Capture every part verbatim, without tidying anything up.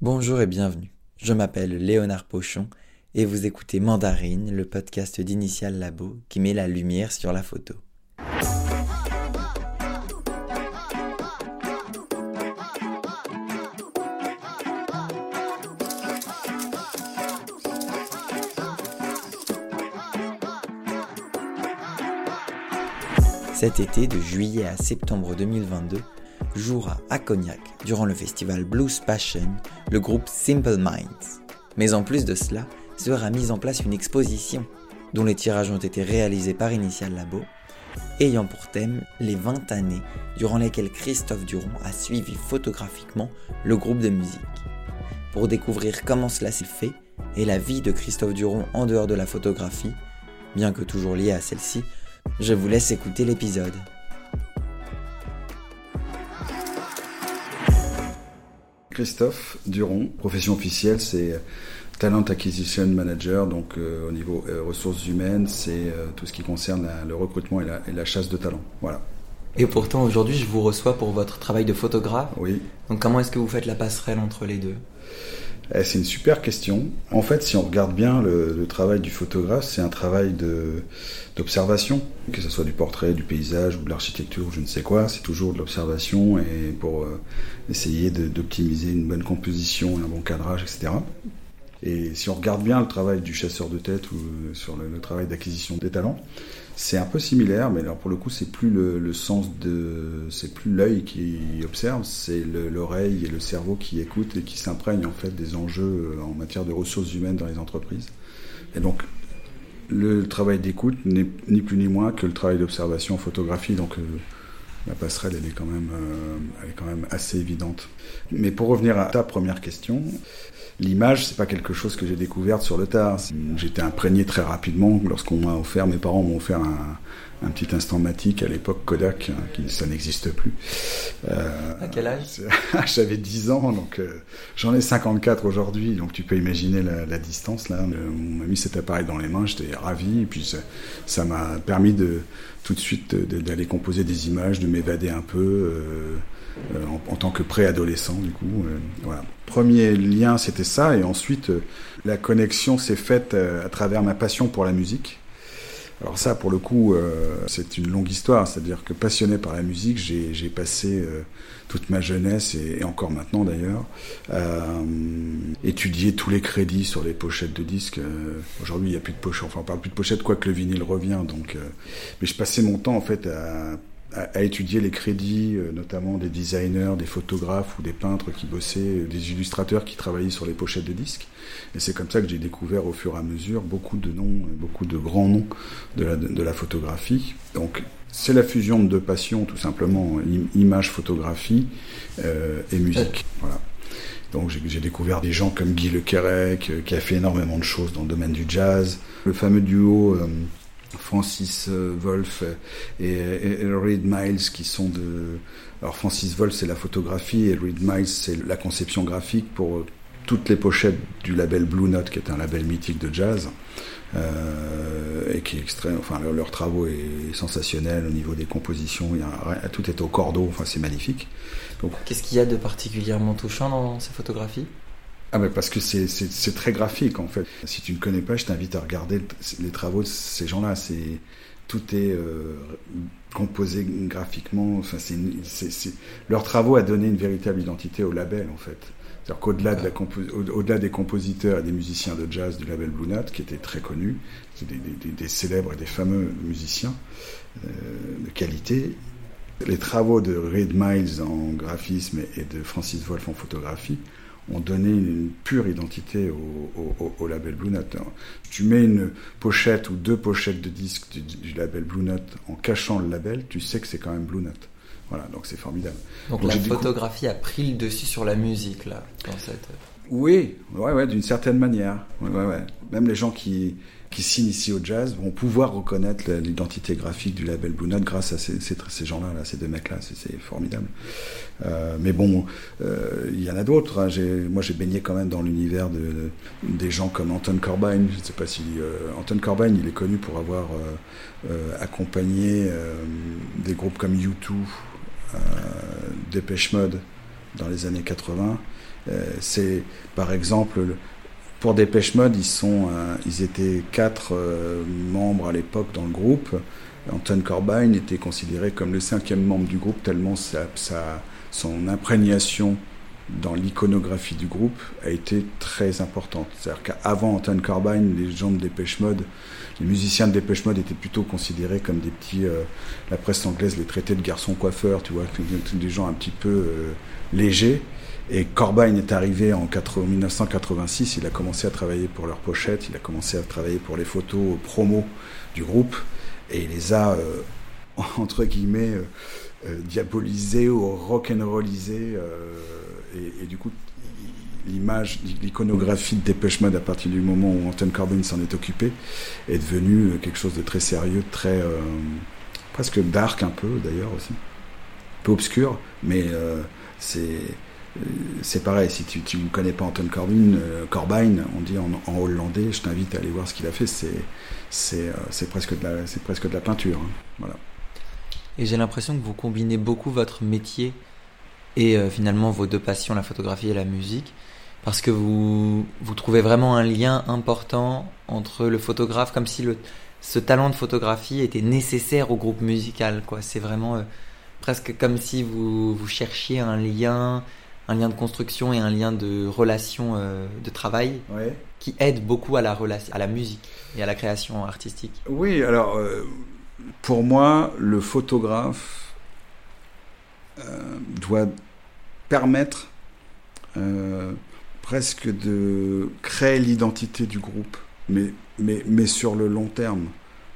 Bonjour et bienvenue. Je m'appelle Léonard Pochon et vous écoutez Mandarine, le podcast d'Initial Labo qui met la lumière sur la photo. Cet été, de juillet à septembre deux mille vingt-deux, jouera à Cognac, durant le festival Blues Passion, le groupe Simple Minds. Mais en plus de cela, sera mise en place une exposition, dont les tirages ont été réalisés par Initial Labo, ayant pour thème les vingt années durant lesquelles Christophe Durand a suivi photographiquement le groupe de musique. Pour découvrir comment cela s'est fait, et la vie de Christophe Durand en dehors de la photographie, bien que toujours liée à celle-ci, je vous laisse écouter l'épisode. Christophe Durand, profession officielle, c'est Talent Acquisition Manager, donc euh, au niveau euh, ressources humaines, c'est euh, tout ce qui concerne la, le recrutement et la, et la chasse de talent. Voilà. Et pourtant, aujourd'hui, je vous reçois pour votre travail de photographe. Oui. Donc comment est-ce que vous faites la passerelle entre les deux ? Eh, c'est une super question. En fait, si on regarde bien le, le travail du photographe, c'est un travail de, d'observation, que ce soit du portrait, du paysage ou de l'architecture ou je ne sais quoi, c'est toujours de l'observation et pour euh, essayer de, d'optimiser une bonne composition, un bon cadrage, et cetera. Et si on regarde bien le travail du chasseur de tête ou sur le, le travail d'acquisition des talents, c'est un peu similaire, mais alors pour le coup, c'est plus le, le sens de, c'est plus l'œil qui observe, c'est le, l'oreille et le cerveau qui écoutent et qui s'imprègnent en fait des enjeux en matière de ressources humaines dans les entreprises. Et donc, le travail d'écoute n'est ni plus ni moins que le travail d'observation en photographie. Donc, euh, la passerelle, elle est quand même, euh, elle est quand même assez évidente. Mais pour revenir à ta première question. L'image, c'est pas quelque chose que j'ai découvert sur le tard. J'étais imprégné très rapidement lorsqu'on m'a offert, mes parents m'ont offert un, un petit instant matique à l'époque Kodak, hein, qui ça n'existe plus. Euh, à quel âge ? J'avais dix ans, donc euh, j'en ai cinquante-quatre aujourd'hui, donc tu peux imaginer la, la distance là. Le, on m'a mis cet appareil dans les mains, j'étais ravi, et puis ça, ça m'a permis de tout de suite de, d'aller composer des images, de m'évader un peu. Euh, Euh, en, en tant que préadolescent du coup euh, voilà. Premier lien c'était ça, et ensuite euh, la connexion s'est faite euh, à travers ma passion pour la musique. Alors ça pour le coup euh, c'est une longue histoire, c'est-à-dire que passionné par la musique j'ai, j'ai passé euh, toute ma jeunesse et, et encore maintenant d'ailleurs euh, étudier tous les crédits sur les pochettes de disques. Euh, aujourd'hui il n'y a plus de pochettes, enfin on parle plus de pochettes, quoique le vinyle revient, donc euh, mais je passais mon temps en fait à à étudier les crédits, notamment des designers, des photographes ou des peintres qui bossaient, des illustrateurs qui travaillaient sur les pochettes de disques. Et c'est comme ça que j'ai découvert au fur et à mesure beaucoup de noms, beaucoup de grands noms de la, de la photographie. Donc c'est la fusion de deux passions, tout simplement, image, photographie euh, et musique. Voilà. Donc j'ai, j'ai découvert des gens comme Guy Le Quérec, euh, qui a fait énormément de choses dans le domaine du jazz. Le fameux duo... Euh, Francis Wolff et, et, et Reed Miles qui sont de... Alors Francis Wolff c'est la photographie et Reed Miles c'est la conception graphique pour toutes les pochettes du label Blue Note qui est un label mythique de jazz euh, et qui est extrême, enfin leur, leur travaux est sensationnel au niveau des compositions, il y a, tout est au cordeau, enfin c'est magnifique. Donc, qu'est-ce qu'il y a de particulièrement touchant dans ces photographies ? Ah ben parce que c'est, c'est, c'est très graphique en fait. Si tu ne connais pas, je t'invite à regarder les travaux de ces gens-là. C'est, tout est euh, composé graphiquement. Enfin, c'est, c'est, c'est, leur travaux a donné une véritable identité au label en fait. C'est-à-dire qu'au-delà de la compo- au- au-delà des compositeurs et des musiciens de jazz du label Blue Note, qui étaient très connus, c'est des, des, des célèbres et des fameux musiciens euh, de qualité, les travaux de Reed Miles en graphisme et de Francis Wolff en photographie ont donné une pure identité au, au, au label Blue Note. Tu mets une pochette ou deux pochettes de disques du, du label Blue Note en cachant le label, tu sais que c'est quand même Blue Note. Voilà, donc c'est formidable. Donc, donc la photographie décou... a pris le dessus sur la musique, là, dans cette... Oui, ouais, ouais, d'une certaine manière. Ouais, ouais, ouais. Même les gens qui, qui s'initient au jazz vont pouvoir reconnaître l'identité graphique du label Blue Note grâce à ces, ces, ces gens-là, là, ces deux mecs-là. C'est, c'est formidable. Euh, mais bon, euh, il y en a d'autres. Hein. J'ai, moi, j'ai baigné quand même dans l'univers de, de, des gens comme Anton Corbijn. Je ne sais pas si... Euh, Anton Corbijn, il est connu pour avoir euh, euh, accompagné euh, des groupes comme U deux, euh, Depeche Mode dans les années quatre-vingts. Euh, c'est, par exemple, pour Depeche Mode, ils, sont, euh, ils étaient quatre euh, membres à l'époque dans le groupe. Anton Corbijn était considéré comme le cinquième membre du groupe, tellement sa, sa, son imprégnation dans l'iconographie du groupe a été très importante. C'est-à-dire qu'avant Anton Corbijn, les gens de Depeche Mode, les musiciens de Depeche Mode étaient plutôt considérés comme des petits... Euh, la presse anglaise les traitait de garçons coiffeurs, tu vois, des gens un petit peu euh, légers. Et Corbijn est arrivé en dix-neuf cent quatre-vingt-six, il a commencé à travailler pour leurs pochettes, il a commencé à travailler pour les photos promo du groupe, et il les a, euh, entre guillemets, euh, euh, diabolisés ou rock'n'rollisés, euh, et, et du coup, l'image, l'iconographie de Depeche Mode, à partir du moment où Anton Corbijn s'en est occupé, est devenue quelque chose de très sérieux, très euh, presque dark un peu d'ailleurs aussi, un peu obscur, mais euh, c'est... C'est pareil, si tu ne connais pas Anton Corbijn, euh, Corbijn, on dit en, en hollandais, je t'invite à aller voir ce qu'il a fait, c'est, c'est, euh, c'est, presque, de la, c'est presque de la peinture. Hein. Voilà. Et j'ai l'impression que vous combinez beaucoup votre métier et euh, finalement vos deux passions, la photographie et la musique, parce que vous, vous trouvez vraiment un lien important entre le photographe, comme si le, ce talent de photographie était nécessaire au groupe musical, quoi. C'est vraiment euh, presque comme si vous, vous cherchiez un lien... un lien de construction et un lien de relation euh, de travail ouais. qui aide beaucoup à la, relation, à la musique et à la création artistique. Oui, alors euh, pour moi, le photographe euh, doit permettre euh, presque de créer l'identité du groupe, mais, mais, mais sur le long terme.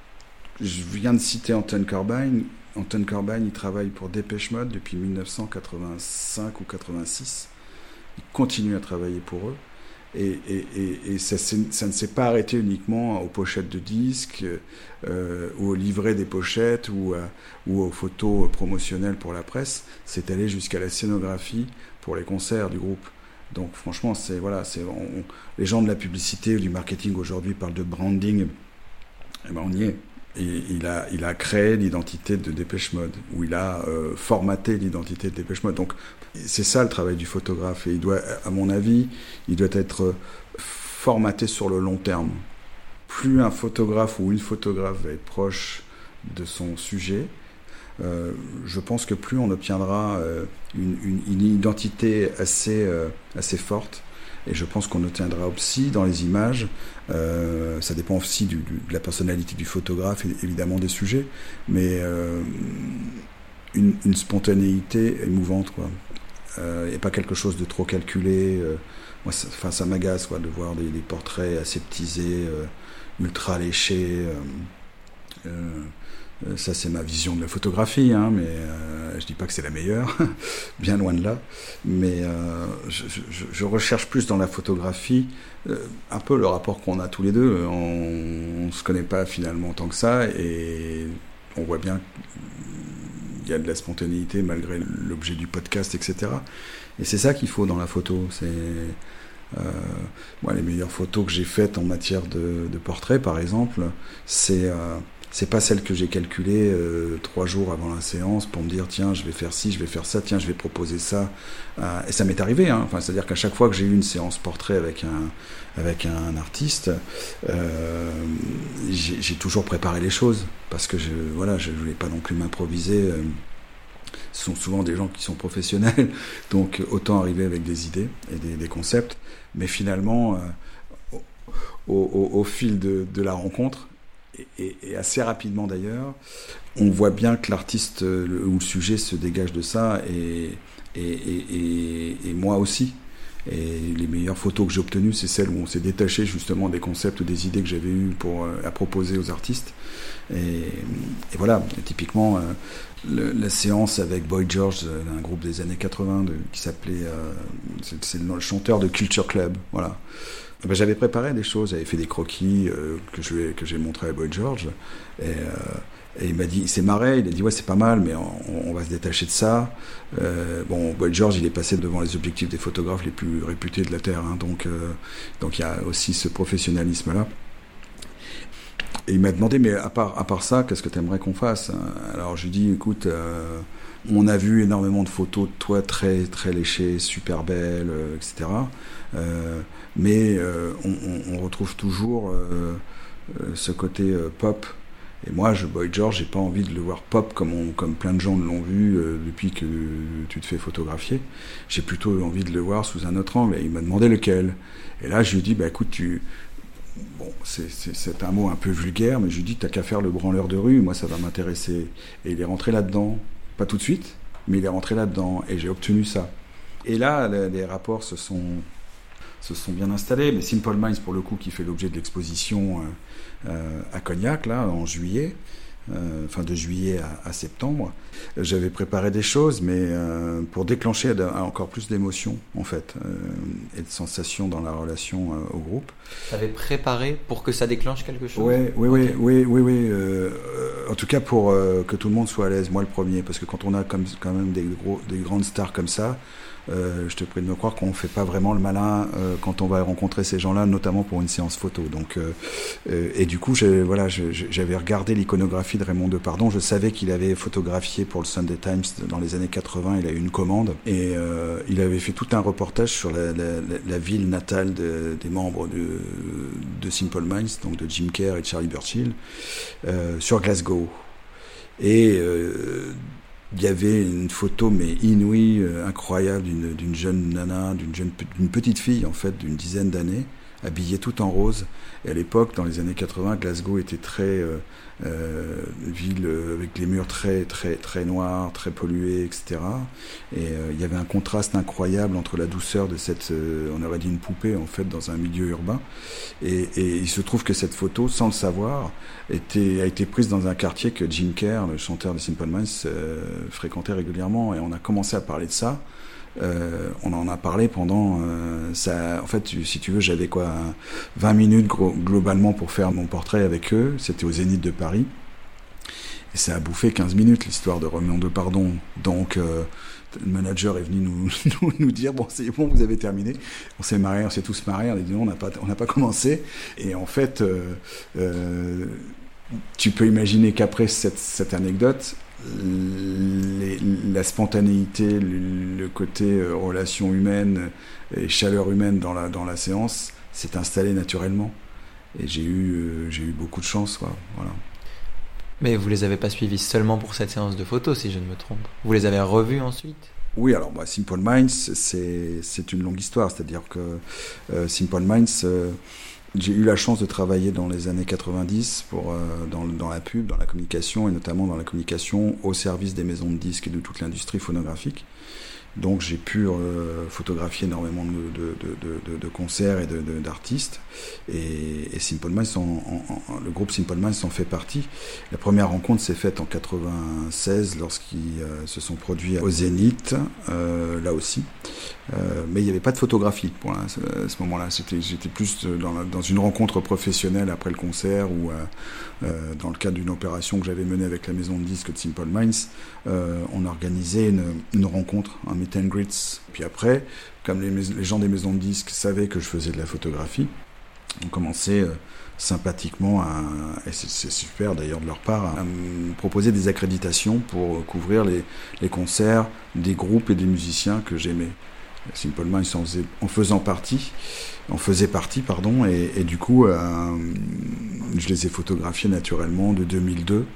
Je viens de citer Anton Corbijn. Anton Corbijn, il travaille pour Depeche Mode depuis dix-neuf cent quatre-vingt-cinq ou quatre-vingt-six. Il continue à travailler pour eux. Et, et, et, et ça, ça ne s'est pas arrêté uniquement aux pochettes de disques, euh, ou au livret des pochettes, ou, à, ou aux photos promotionnelles pour la presse. C'est allé jusqu'à la scénographie pour les concerts du groupe. Donc franchement, c'est, voilà, c'est, on, les gens de la publicité ou du marketing aujourd'hui parlent de branding. Eh ben on y est. Et il a, il a créé l'identité de Depeche Mode, où il a euh, formaté l'identité de Depeche Mode. Donc, c'est ça le travail du photographe. Et il doit, à mon avis, il doit être formaté sur le long terme. Plus un photographe ou une photographe va être proche de son sujet, euh, je pense que plus on obtiendra euh, une, une, une identité assez, euh, assez forte. Et je pense qu'on obtiendra aussi dans les images, euh, ça dépend aussi du, du, de la personnalité du photographe et évidemment des sujets, mais euh, une, une spontanéité émouvante, quoi. Euh, et pas quelque chose de trop calculé. Euh, moi, ça, enfin, ça m'agace, quoi, de voir des, des portraits aseptisés, euh, ultra léchés. Euh, euh, Ça, c'est ma vision de la photographie, hein, mais euh, je dis pas que c'est la meilleure, bien loin de là. Mais euh, je, je, je recherche plus dans la photographie euh, un peu le rapport qu'on a tous les deux. On, on se connaît pas finalement tant que ça, et on voit bien qu'il y a de la spontanéité malgré l'objet du podcast, et cetera. Et c'est ça qu'il faut dans la photo. C'est euh, moi, les meilleures photos que j'ai faites en matière de, de portrait, par exemple, c'est euh, c'est pas celle que j'ai calculée euh, trois jours avant la séance pour me dire tiens je vais faire ci, je vais faire ça, tiens je vais proposer ça. Euh, et ça m'est arrivé, hein. Enfin, c'est-à-dire qu'à chaque fois que j'ai eu une séance portrait avec un avec un artiste, euh, j'ai, j'ai toujours préparé les choses parce que je voilà je voulais pas non plus m'improviser. Euh, ce sont souvent des gens qui sont professionnels, donc autant arriver avec des idées et des, des concepts. Mais finalement, euh, au, au, au fil de, de la rencontre, Et, et assez rapidement d'ailleurs, on voit bien que l'artiste le, ou le sujet se dégage de ça, et, et, et, et, et moi aussi. Et les meilleures photos que j'ai obtenues, c'est celles où on s'est détaché justement des concepts ou des idées que j'avais eues pour, à proposer aux artistes. Et, et voilà, et typiquement, euh, le, la séance avec Boy George, un groupe des années quatre-vingts de, qui s'appelait... Euh, c'est, c'est le chanteur de Culture Club, voilà. Ben, j'avais préparé des choses, j'avais fait des croquis euh, que, je vais, que j'ai montré à Boy George, et, euh, et il m'a dit, il s'est marré, il a dit ouais c'est pas mal, mais on, on va se détacher de ça. Euh, bon, Boy George il est passé devant les objectifs des photographes les plus réputés de la Terre, hein, donc euh, donc il y a aussi ce professionnalisme là. Et il m'a demandé, mais à part, à part ça, qu'est-ce que tu aimerais qu'on fasse? Alors je lui ai dit, écoute, euh, on a vu énormément de photos de toi très, très léchées, super belles, euh, et cetera. Euh, mais euh, on, on, on retrouve toujours euh, euh, ce côté euh, pop. Et moi, je, Boy George, j'ai pas envie de le voir pop comme, on, comme plein de gens l'ont vu euh, depuis que tu te fais photographier. J'ai plutôt envie de le voir sous un autre angle. Et il m'a demandé lequel. Et là, je lui ai dit, bah écoute, tu... Bon, c'est, c'est, c'est un mot un peu vulgaire, mais je lui dis, t'as qu'à faire le branleur de rue, moi ça va m'intéresser. Et il est rentré là-dedans, pas tout de suite, mais il est rentré là-dedans, et j'ai obtenu ça. Et là, les, les rapports se sont, se sont bien installés, mais Simple Minds, pour le coup, qui fait l'objet de l'exposition euh, euh, à Cognac, là, en juillet, euh, enfin de juillet à, à septembre, j'avais préparé des choses, mais euh, pour déclencher encore plus d'émotions, en fait, euh, et de sensations dans la relation euh, au groupe. Tu avais préparé pour que ça déclenche quelque chose? Ouais, oui, okay. oui, oui, oui, oui. Euh, en tout cas, pour euh, que tout le monde soit à l'aise, moi le premier, parce que quand on a comme, quand même des, gros, des grandes stars comme ça, Euh, je te prie de me croire qu'on ne fait pas vraiment le malin euh, quand on va rencontrer ces gens-là, notamment pour une séance photo. Donc, euh, euh, et du coup, j'ai, voilà, je, j'avais regardé l'iconographie de Raymond Depardon. Je savais qu'il avait photographié pour le Sunday Times dans les années quatre-vingts. Il a eu une commande et euh, il avait fait tout un reportage sur la, la, la ville natale de, des membres de, de Simple Minds, donc de Jim Kerr et de Charlie Burchill, euh, sur Glasgow. Et euh, il y avait une photo mais inouïe, euh, incroyable, d'une, d'une jeune nana, d'une, jeune, d'une petite fille en fait, d'une dizaine d'années, habillée tout en rose. Et à l'époque, dans les années quatre-vingts, Glasgow était très euh, euh, ville euh, avec les murs très très très noirs, très pollués, et cetera. Et euh, il y avait un contraste incroyable entre la douceur de cette, euh, on aurait dit une poupée en fait, dans un milieu urbain. Et, et il se trouve que cette photo, sans le savoir, était, a été prise dans un quartier que Jim Kerr, le chanteur de Simple Minds, euh, fréquentait régulièrement. Et on a commencé à parler de ça. Euh, on en a parlé pendant euh, ça. En fait, tu, si tu veux, j'avais quoi, vingt minutes gros, globalement pour faire mon portrait avec eux. C'était au Zénith de Paris. Et ça a bouffé quinze minutes, l'histoire de Raymond Depardon. Donc, euh, le manager est venu nous, nous, nous dire, bon, c'est bon, vous avez terminé. On s'est marré, on s'est tous marrés. On a dit non, on n'a pas, on n'a pas commencé. Et en fait, euh, euh, tu peux imaginer qu'après cette, cette anecdote, Les, la spontanéité, le, le côté euh, relation humaine et chaleur humaine dans la, dans la séance s'est installé naturellement. Et j'ai eu, euh, j'ai eu beaucoup de chance, quoi. Voilà. Mais vous les avez pas suivis seulement pour cette séance de photos, si je ne me trompe. Vous les avez revus ensuite? Oui, alors moi, Simple Minds, c'est, c'est une longue histoire. C'est-à-dire que euh, Simple Minds... Euh, j'ai eu la chance de travailler dans les années quatre-vingt-dix pour, euh, dans, dans la pub, dans la communication, et notamment dans la communication au service des maisons de disques et de toute l'industrie phonographique. Donc j'ai pu euh, photographier énormément de, de, de, de, de concerts et de, de, d'artistes. Et, et Simple Minds, en, en, en, le groupe Simple Minds en fait partie. La première rencontre s'est faite en quatre-vingt-seize lorsqu'ils euh, se sont produits au Zénith, euh, là aussi. Euh, mais il n'y avait pas de photographie pour là, à ce moment-là. C'était, j'étais plus dans, la, dans une rencontre professionnelle après le concert ou euh, euh, dans le cadre d'une opération que j'avais menée avec la maison de disques de Simple Minds. Euh, on organisait une, une rencontre, un meet and greets. Puis après, comme les, les gens des maisons de disques savaient que je faisais de la photographie, on commençait euh, sympathiquement, à, et c'est, c'est super d'ailleurs de leur part, à me proposer des accréditations pour couvrir les, les concerts des groupes et des musiciens que j'aimais. Simple Minds en, faisait, en faisant partie, en faisait partie, pardon, et, et du coup, euh, je les ai photographiés naturellement de deux mille deux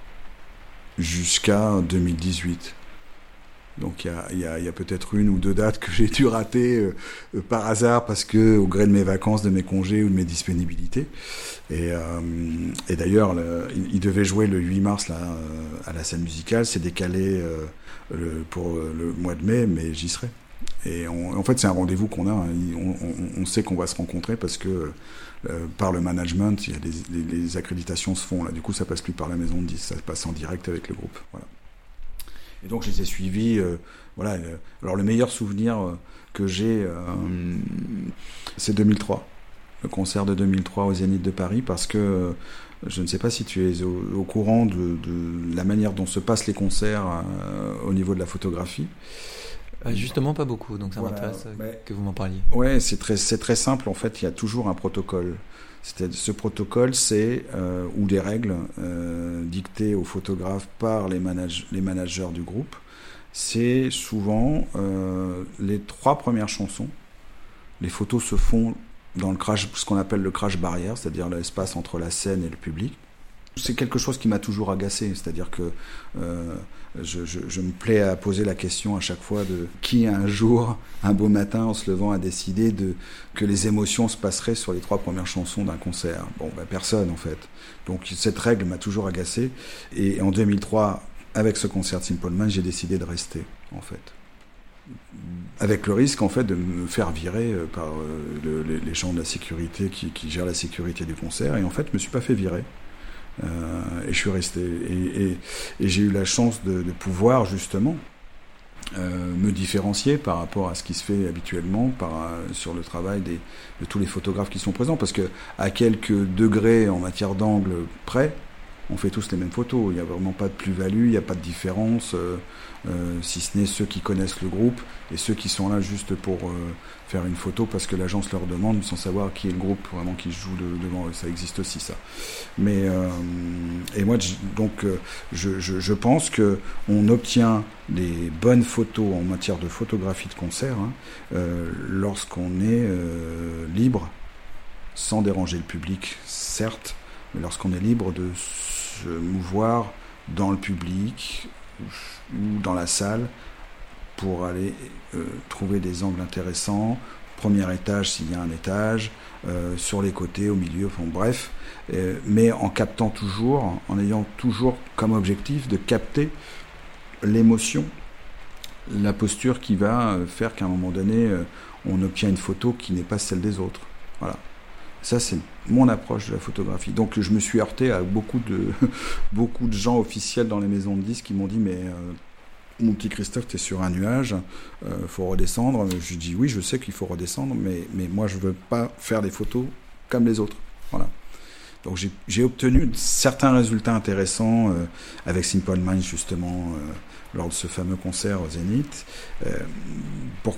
jusqu'à deux mille dix-huit. Donc il y, y, y a peut-être une ou deux dates que j'ai dû rater euh, euh, par hasard parce que au gré de mes vacances, de mes congés ou de mes disponibilités. Et, euh, et d'ailleurs, le, il, il devait jouer le huit mars là euh, à la scène musicale. C'est décalé euh, le, pour le mois de mai, mais j'y serai. Et on, en fait, c'est un rendez-vous qu'on a. Hein. On, on, on sait qu'on va se rencontrer parce que euh, par le management, il y a des, les, les accréditations se font là. Du coup, ça passe plus par la maison de disques, ça passe en direct avec le groupe. Voilà. Et donc je les ai suivis. Euh, voilà. Alors le meilleur souvenir euh, que j'ai, euh, c'est deux mille trois, le concert de deux mille trois au Zénith de Paris, parce que euh, je ne sais pas si tu es au, au courant de, de la manière dont se passent les concerts euh, au niveau de la photographie. Euh, justement, pas beaucoup, donc ça voilà, m'intéresse mais... que vous m'en parliez. Ouais, c'est très, c'est très simple. En fait, il y a toujours un protocole. C'est, ce protocole, c'est euh, ou des règles euh, dictées aux photographes par les, manage, les managers du groupe. C'est souvent euh, les trois premières chansons. Les photos se font dans le crash, ce qu'on appelle le crash barrière, c'est-à-dire l'espace entre la scène et le public. C'est quelque chose qui m'a toujours agacé, c'est-à-dire que euh, je, je, je me plais à poser la question à chaque fois de qui un jour, un beau matin, en se levant, a décidé de, que les émotions se passeraient sur les trois premières chansons d'un concert. Bon, ben personne en fait. Donc cette règle m'a toujours agacé. Et en deux mille trois, avec ce concert de Simple Minds, j'ai décidé de rester en fait. Avec le risque en fait de me faire virer par le, les, les gens de la sécurité qui, qui gèrent la sécurité du concert. Et en fait, je me suis pas fait virer. Euh, et je suis resté et, et, et j'ai eu la chance de, de pouvoir justement euh, me différencier par rapport à ce qui se fait habituellement par, euh, sur le travail des, de tous les photographes qui sont présents, parce que à quelques degrés en matière d'angle près, on fait tous les mêmes photos, il n'y a vraiment pas de plus-value, il n'y a pas de différence, euh, euh, si ce n'est ceux qui connaissent le groupe et ceux qui sont là juste pour euh, faire une photo parce que l'agence leur demande sans savoir qui est le groupe vraiment qui joue de, devant eux. Ça existe aussi, ça. Mais euh, et moi donc je, je, je pense que on obtient des bonnes photos en matière de photographie de concert hein, euh, lorsqu'on est euh, libre, sans déranger le public, certes, mais lorsqu'on est libre de se mouvoir dans le public ou dans la salle pour aller euh, trouver des angles intéressants, premier étage s'il y a un étage, euh, sur les côtés, au milieu, enfin bref, euh, mais en captant toujours, en ayant toujours comme objectif de capter l'émotion, la posture qui va faire qu'à un moment donné, euh, on obtient une photo qui n'est pas celle des autres. Voilà. Ça, c'est mon approche de la photographie. Donc, je me suis heurté à beaucoup de, beaucoup de gens officiels dans les maisons de disques qui m'ont dit « Mais euh, mon petit Christophe, tu es sur un nuage, il euh, faut redescendre. » Je dis « Oui, je sais qu'il faut redescendre, mais, mais moi, je ne veux pas faire des photos comme les autres. » Voilà. Donc, j'ai, j'ai obtenu certains résultats intéressants euh, avec Simple Minds, justement, euh, lors de ce fameux concert au Zénith. Euh, pourquoi ?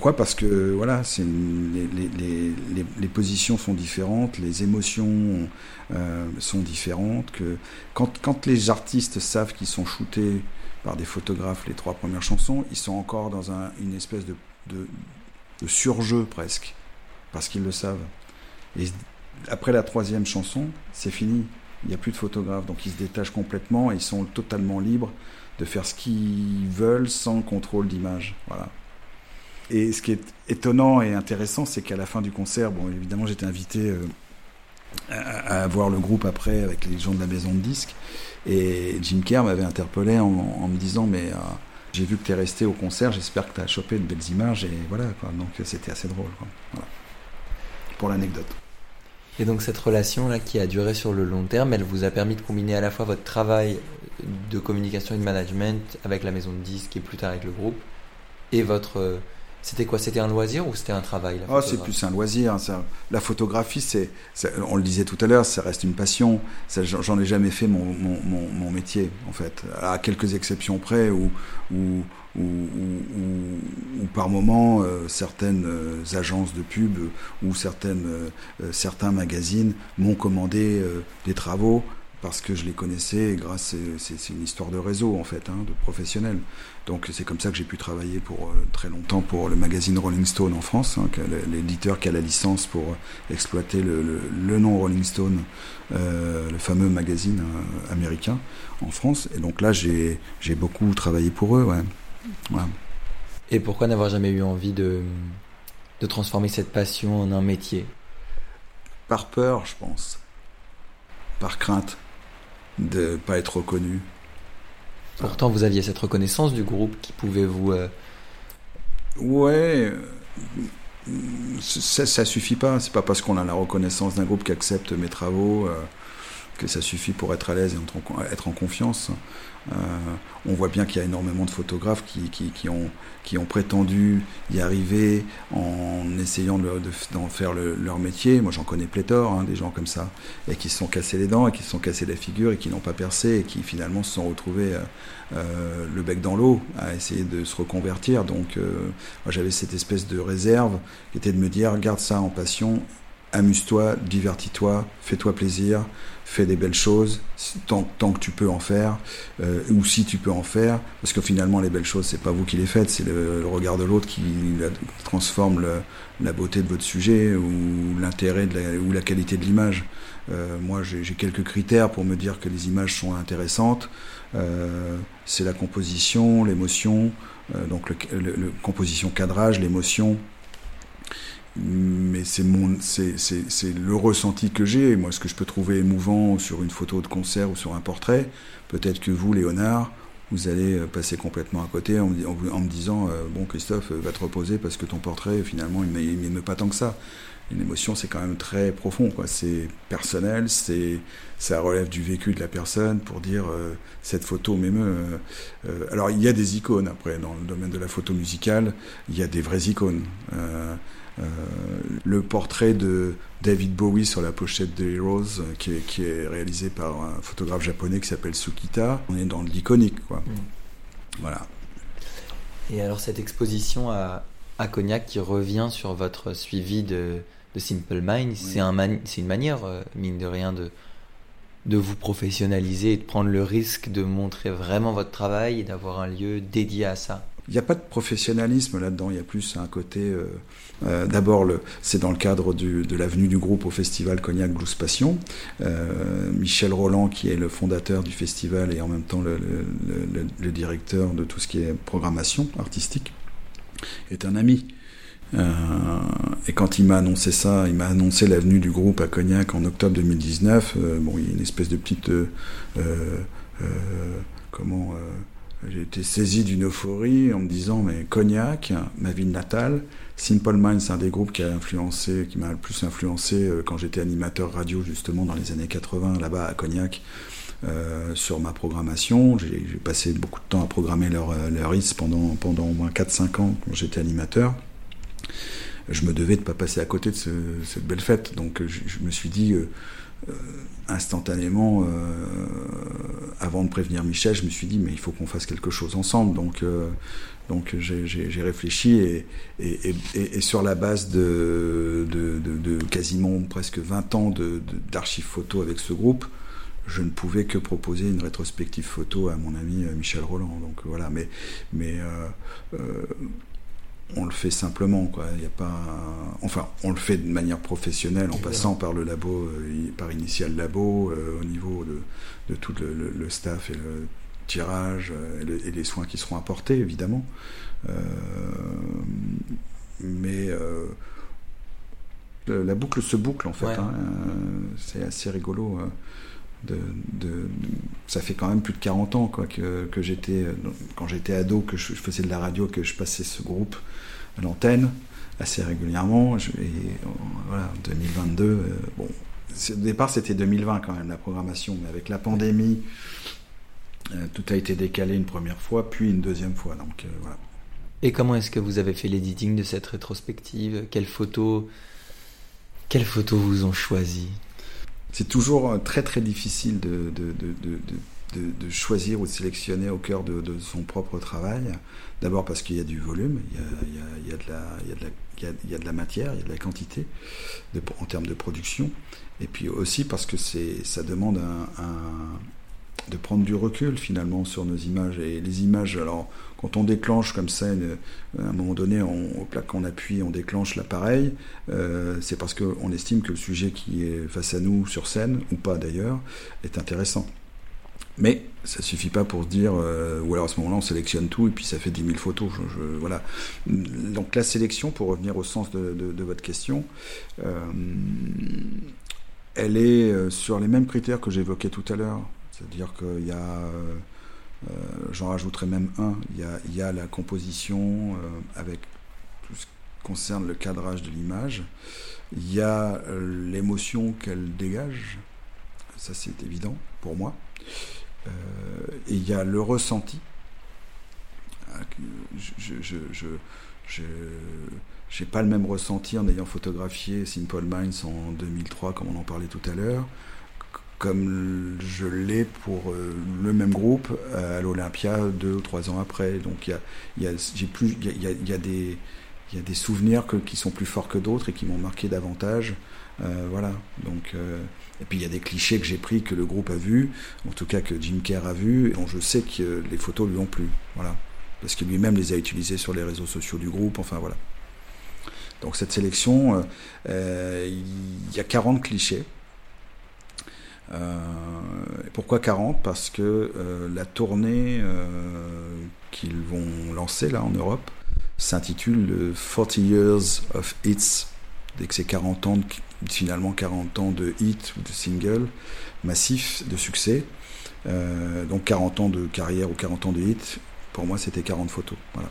Parce que voilà, c'est une, les, les, les, les positions sont différentes, les émotions euh, sont différentes. Que quand, quand les artistes savent qu'ils sont shootés par des photographes les trois premières chansons, ils sont encore dans un, une espèce de, de, de surjeu presque, parce qu'ils le savent. Et après la troisième chanson, c'est fini. Il n'y a plus de photographe, donc ils se détachent complètement et ils sont totalement libres de faire ce qu'ils veulent sans contrôle d'image. Voilà. Et ce qui est étonnant et intéressant, c'est qu'à la fin du concert, bon, évidemment, j'étais invité euh, à, à voir le groupe après avec les gens de la maison de disques, et Jim Kerr m'avait interpellé en, en me disant « Mais euh, j'ai vu que tu es resté au concert, j'espère que tu as chopé de belles images. » Et voilà, quoi. Donc c'était assez drôle, quoi. Voilà. Pour l'anecdote. Et donc cette relation-là qui a duré sur le long terme, elle vous a permis de combiner à la fois votre travail de communication et de management avec la maison de disques et plus tard avec le groupe, et votre... C'était quoi ? C'était un loisir ou c'était un travail ? Oh, c'est plus un loisir. Ça. La photographie, c'est, c'est, on le disait tout à l'heure, ça reste une passion. Ça, j'en ai jamais fait mon, mon, mon, mon métier, en fait. À quelques exceptions près, où, où, où, où, où par moment, euh, certaines euh, agences de pub ou certaines, euh, certains magazines m'ont commandé euh, des travaux parce que je les connaissais grâce, c'est, c'est une histoire de réseau en fait, hein, de professionnels. Donc c'est comme ça que j'ai pu travailler pour euh, très longtemps pour le magazine Rolling Stone en France, hein, l'éditeur qui a la licence pour exploiter le, le, le nom Rolling Stone, euh, le fameux magazine euh, américain en France. Et donc là j'ai, j'ai beaucoup travaillé pour eux. Ouais. Voilà. Et pourquoi n'avoir jamais eu envie de, de transformer cette passion en un métier ? Par peur, je pense. Par crainte de ne pas être reconnu. Pourtant, vous aviez cette reconnaissance du groupe qui pouvait vous... Euh... Ouais, ça, ça suffit pas. C'est pas parce qu'on a la reconnaissance d'un groupe qui accepte mes travaux. Euh, que ça suffit pour être à l'aise et être en, être en confiance. Euh, on voit bien qu'il y a énormément de photographes qui, qui, qui, ont, qui ont prétendu y arriver en essayant de, de, d'en faire le, leur métier. Moi, j'en connais pléthore, hein, des gens comme ça, et qui se sont cassés les dents, et qui se sont cassés la figure, et qui n'ont pas percé, et qui finalement se sont retrouvés euh, euh, le bec dans l'eau à essayer de se reconvertir. Donc, euh, moi, j'avais cette espèce de réserve qui était de me dire, garde ça en passion, amuse-toi, divertis-toi, fais-toi plaisir, fais des belles choses tant, tant que tu peux en faire, euh, ou si tu peux en faire, parce que finalement les belles choses c'est pas vous qui les faites, c'est le, le regard de l'autre qui la, transforme le, la beauté de votre sujet ou l'intérêt de la, ou la qualité de l'image. Euh, moi j'ai, j'ai quelques critères pour me dire que les images sont intéressantes. Euh, c'est la composition, l'émotion, euh, donc le, le, le composition, cadrage, l'émotion. Mais c'est mon, c'est, c'est, c'est le ressenti que j'ai. Moi, ce que je peux trouver émouvant sur une photo de concert ou sur un portrait, peut-être que vous, Léonard, vous allez passer complètement à côté en, en, en me disant euh, bon, Christophe, va te reposer parce que ton portrait, finalement, il m'émeut pas tant que ça. Une émotion, c'est quand même très profond, quoi. C'est personnel, c'est, ça relève du vécu de la personne pour dire euh, cette photo m'émeut. Euh, alors, il y a des icônes après dans le domaine de la photo musicale, il y a des vraies icônes. Euh, Euh, le portrait de David Bowie sur la pochette de Heroes, euh, qui, est, qui est réalisé par un photographe japonais qui s'appelle Tsukita, on est dans de l'iconique, quoi. Mmh. Voilà. Et alors cette exposition à, à Cognac qui revient sur votre suivi de, de Simple Minds, oui. c'est, un mani- c'est une manière, euh, mine de rien, de, de vous professionnaliser et de prendre le risque de montrer vraiment votre travail et d'avoir un lieu dédié à ça. Il n'y a pas de professionnalisme là-dedans, il y a plus un côté... Euh, euh, d'abord, le, c'est dans le cadre du, de la venue du groupe au festival Cognac Blues Passion. Euh, Michel Roland, qui est le fondateur du festival et en même temps le, le, le, le directeur de tout ce qui est programmation artistique, est un ami. Euh, et quand il m'a annoncé ça, il m'a annoncé la venue du groupe à Cognac en octobre deux mille dix-neuf, euh, bon, il y a une espèce de petite... Euh, euh, comment... Euh, j'ai été saisi d'une euphorie en me disant mais Cognac, ma ville natale, Simple Minds, c'est un des groupes qui a influencé, qui m'a le plus influencé quand j'étais animateur radio justement dans les années quatre-vingts là-bas à Cognac, euh, sur ma programmation. J'ai, j'ai passé beaucoup de temps à programmer leur, leur hits pendant, pendant au moins quatre cinq ans quand j'étais animateur. Je me devais de ne pas passer à côté de ce, cette belle fête, donc je, je me suis dit... Euh, Euh, instantanément, euh, avant de prévenir Michel, je me suis dit mais il faut qu'on fasse quelque chose ensemble. Donc, euh, donc j'ai, j'ai, j'ai réfléchi et, et, et, et sur la base de, de, de, de quasiment presque vingt ans de, de, d'archives photo avec ce groupe, je ne pouvais que proposer une rétrospective photo à mon ami Michel Roland. Donc voilà, mais, mais euh, euh, on le fait simplement, quoi. Il y a pas, enfin, on le fait de manière professionnelle en passant par le labo, euh, par Initial Labo, euh, au niveau de, de tout le, le, le staff et le tirage euh, et, le, et les soins qui seront apportés, évidemment. Euh, mais euh, la boucle se boucle en fait. Ouais. Hein, euh, c'est assez rigolo. Euh, De, de, de, ça fait quand même plus de quarante ans quoi, que, que j'étais, quand j'étais ado, que je, je faisais de la radio, que je passais ce groupe à l'antenne assez régulièrement. Je, et voilà, deux mille vingt-deux, euh, bon, au départ c'était deux mille vingt quand même la programmation, mais avec la pandémie, euh, tout a été décalé une première fois, puis une deuxième fois. Donc euh, voilà. Et comment est-ce que vous avez fait l'editing de cette rétrospective ? Quelles photos, quelles photos vous ont choisi ? C'est toujours très très difficile de, de, de, de, de, de choisir ou de sélectionner au cœur de, de son propre travail. D'abord parce qu'il y a du volume, il y a, il y a, il y a, de, la, il y a, de, la, il y a, il y a de la matière, il y a de la quantité de, en termes de production. Et puis aussi parce que c'est, ça demande un, un, de prendre du recul finalement sur nos images. Et les images, alors quand on déclenche comme ça, une, à un moment donné, on, au plaque qu'on appuie, on déclenche l'appareil, euh, c'est parce qu'on estime que le sujet qui est face à nous sur scène, ou pas d'ailleurs, est intéressant. Mais ça suffit pas pour se dire, euh, ou alors à ce moment-là on sélectionne tout et puis ça fait dix mille photos. Je, je, voilà. Donc la sélection, pour revenir au sens de, de, de votre question, euh, elle est sur les mêmes critères que j'évoquais tout à l'heure. C'est-à-dire qu'il y a... Euh, Euh, j'en rajouterai même un, il y a, il y a la composition euh, avec tout ce qui concerne le cadrage de l'image, il y a euh, l'émotion qu'elle dégage, ça c'est évident pour moi. Euh, et il y a le ressenti. Je, je, je, je, j'ai pas le même ressenti en ayant photographié Simple Minds en deux mille trois, comme on en parlait tout à l'heure, comme je l'ai pour euh, le même groupe à l'Olympia deux ou trois ans après. Donc il y a, il y a, j'ai plus, il y a, il y a des, il y a des souvenirs que, qui sont plus forts que d'autres et qui m'ont marqué davantage. Euh, voilà. Donc euh, et puis il y a des clichés que j'ai pris, que le groupe a vu, en tout cas que Jim Kerr a vu, et dont je sais que les photos lui ont plu. Voilà. Parce que lui-même les a utilisés sur les réseaux sociaux du groupe. Enfin voilà. Donc cette sélection, euh, il y a quarante clichés. Euh, pourquoi quarante ? Parce que euh, la tournée euh, qu'ils vont lancer là en Europe s'intitule forty years of hits, dès que c'est quarante ans de, finalement quarante ans de hits ou de singles massifs de succès, euh, donc quarante ans de carrière ou quarante ans de hits. Pour moi c'était quarante photos, voilà.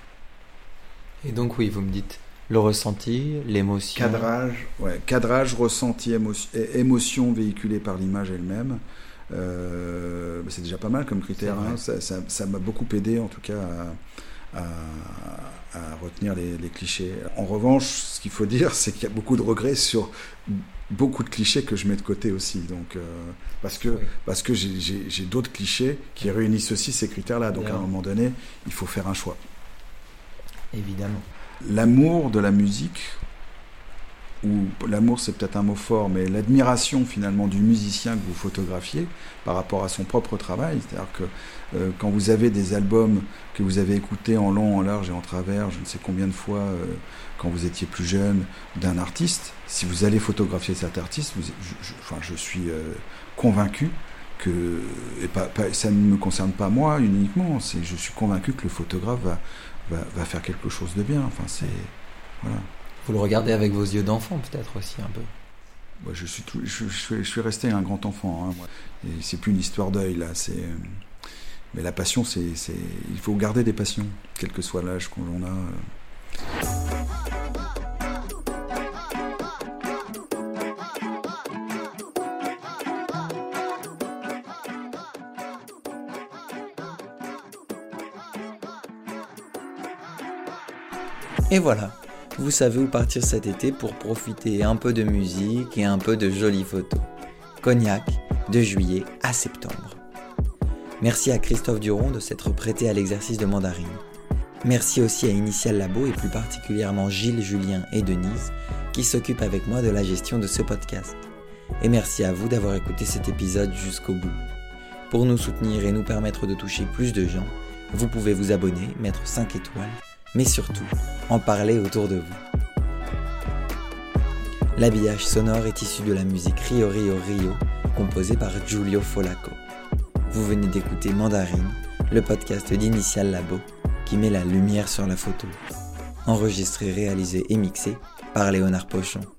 Et donc oui, vous me dites le ressenti, l'émotion. Cadrage, ouais, cadrage, ressenti, émotion, émotion véhiculée par l'image elle-même. Euh, c'est déjà pas mal comme critère. Hein. Ça, ça, ça m'a beaucoup aidé en tout cas à, à, à retenir les, les clichés. En revanche, ce qu'il faut dire, c'est qu'il y a beaucoup de regrets sur beaucoup de clichés que je mets de côté aussi. Donc, euh, parce que, oui. parce que j'ai, j'ai, j'ai d'autres clichés qui réunissent aussi ces critères-là. Donc Bien. À un moment donné, il faut faire un choix. Évidemment. L'amour de la musique, ou l'amour c'est peut-être un mot fort, mais l'admiration finalement du musicien que vous photographiez par rapport à son propre travail, c'est-à-dire que euh, quand vous avez des albums que vous avez écoutés en long, en large et en travers, je ne sais combien de fois euh, quand vous étiez plus jeune, d'un artiste, si vous allez photographier cet artiste, vous, je, je, enfin, je suis euh, convaincu que, et pas, pas, ça ne me concerne pas moi uniquement, c'est, je suis convaincu que le photographe va Va, va faire quelque chose de bien. Enfin, c'est voilà. Vous le regardez avec vos yeux d'enfant, peut-être aussi un peu. Ouais, je suis, tout, je, je, je suis resté un grand enfant. Hein, et c'est plus une histoire d'œil là. C'est, mais la passion, c'est, c'est, il faut garder des passions, quel que soit l'âge qu'on en a. Et voilà, vous savez où partir cet été pour profiter un peu de musique et un peu de jolies photos. Cognac, de juillet à septembre. Merci à Christophe Duron de s'être prêté à l'exercice de mandarine. Merci aussi à Initial Labo et plus particulièrement Gilles, Julien et Denise qui s'occupent avec moi de la gestion de ce podcast. Et merci à vous d'avoir écouté cet épisode jusqu'au bout. Pour nous soutenir et nous permettre de toucher plus de gens, vous pouvez vous abonner, mettre cinq étoiles, mais surtout, en parler autour de vous. L'habillage sonore est issu de la musique Rio Rio Rio, composée par Giulio Folaco. Vous venez d'écouter Mandarine, le podcast d'Initial Labo, qui met la lumière sur la photo. Enregistré, réalisé et mixé par Léonard Pochon.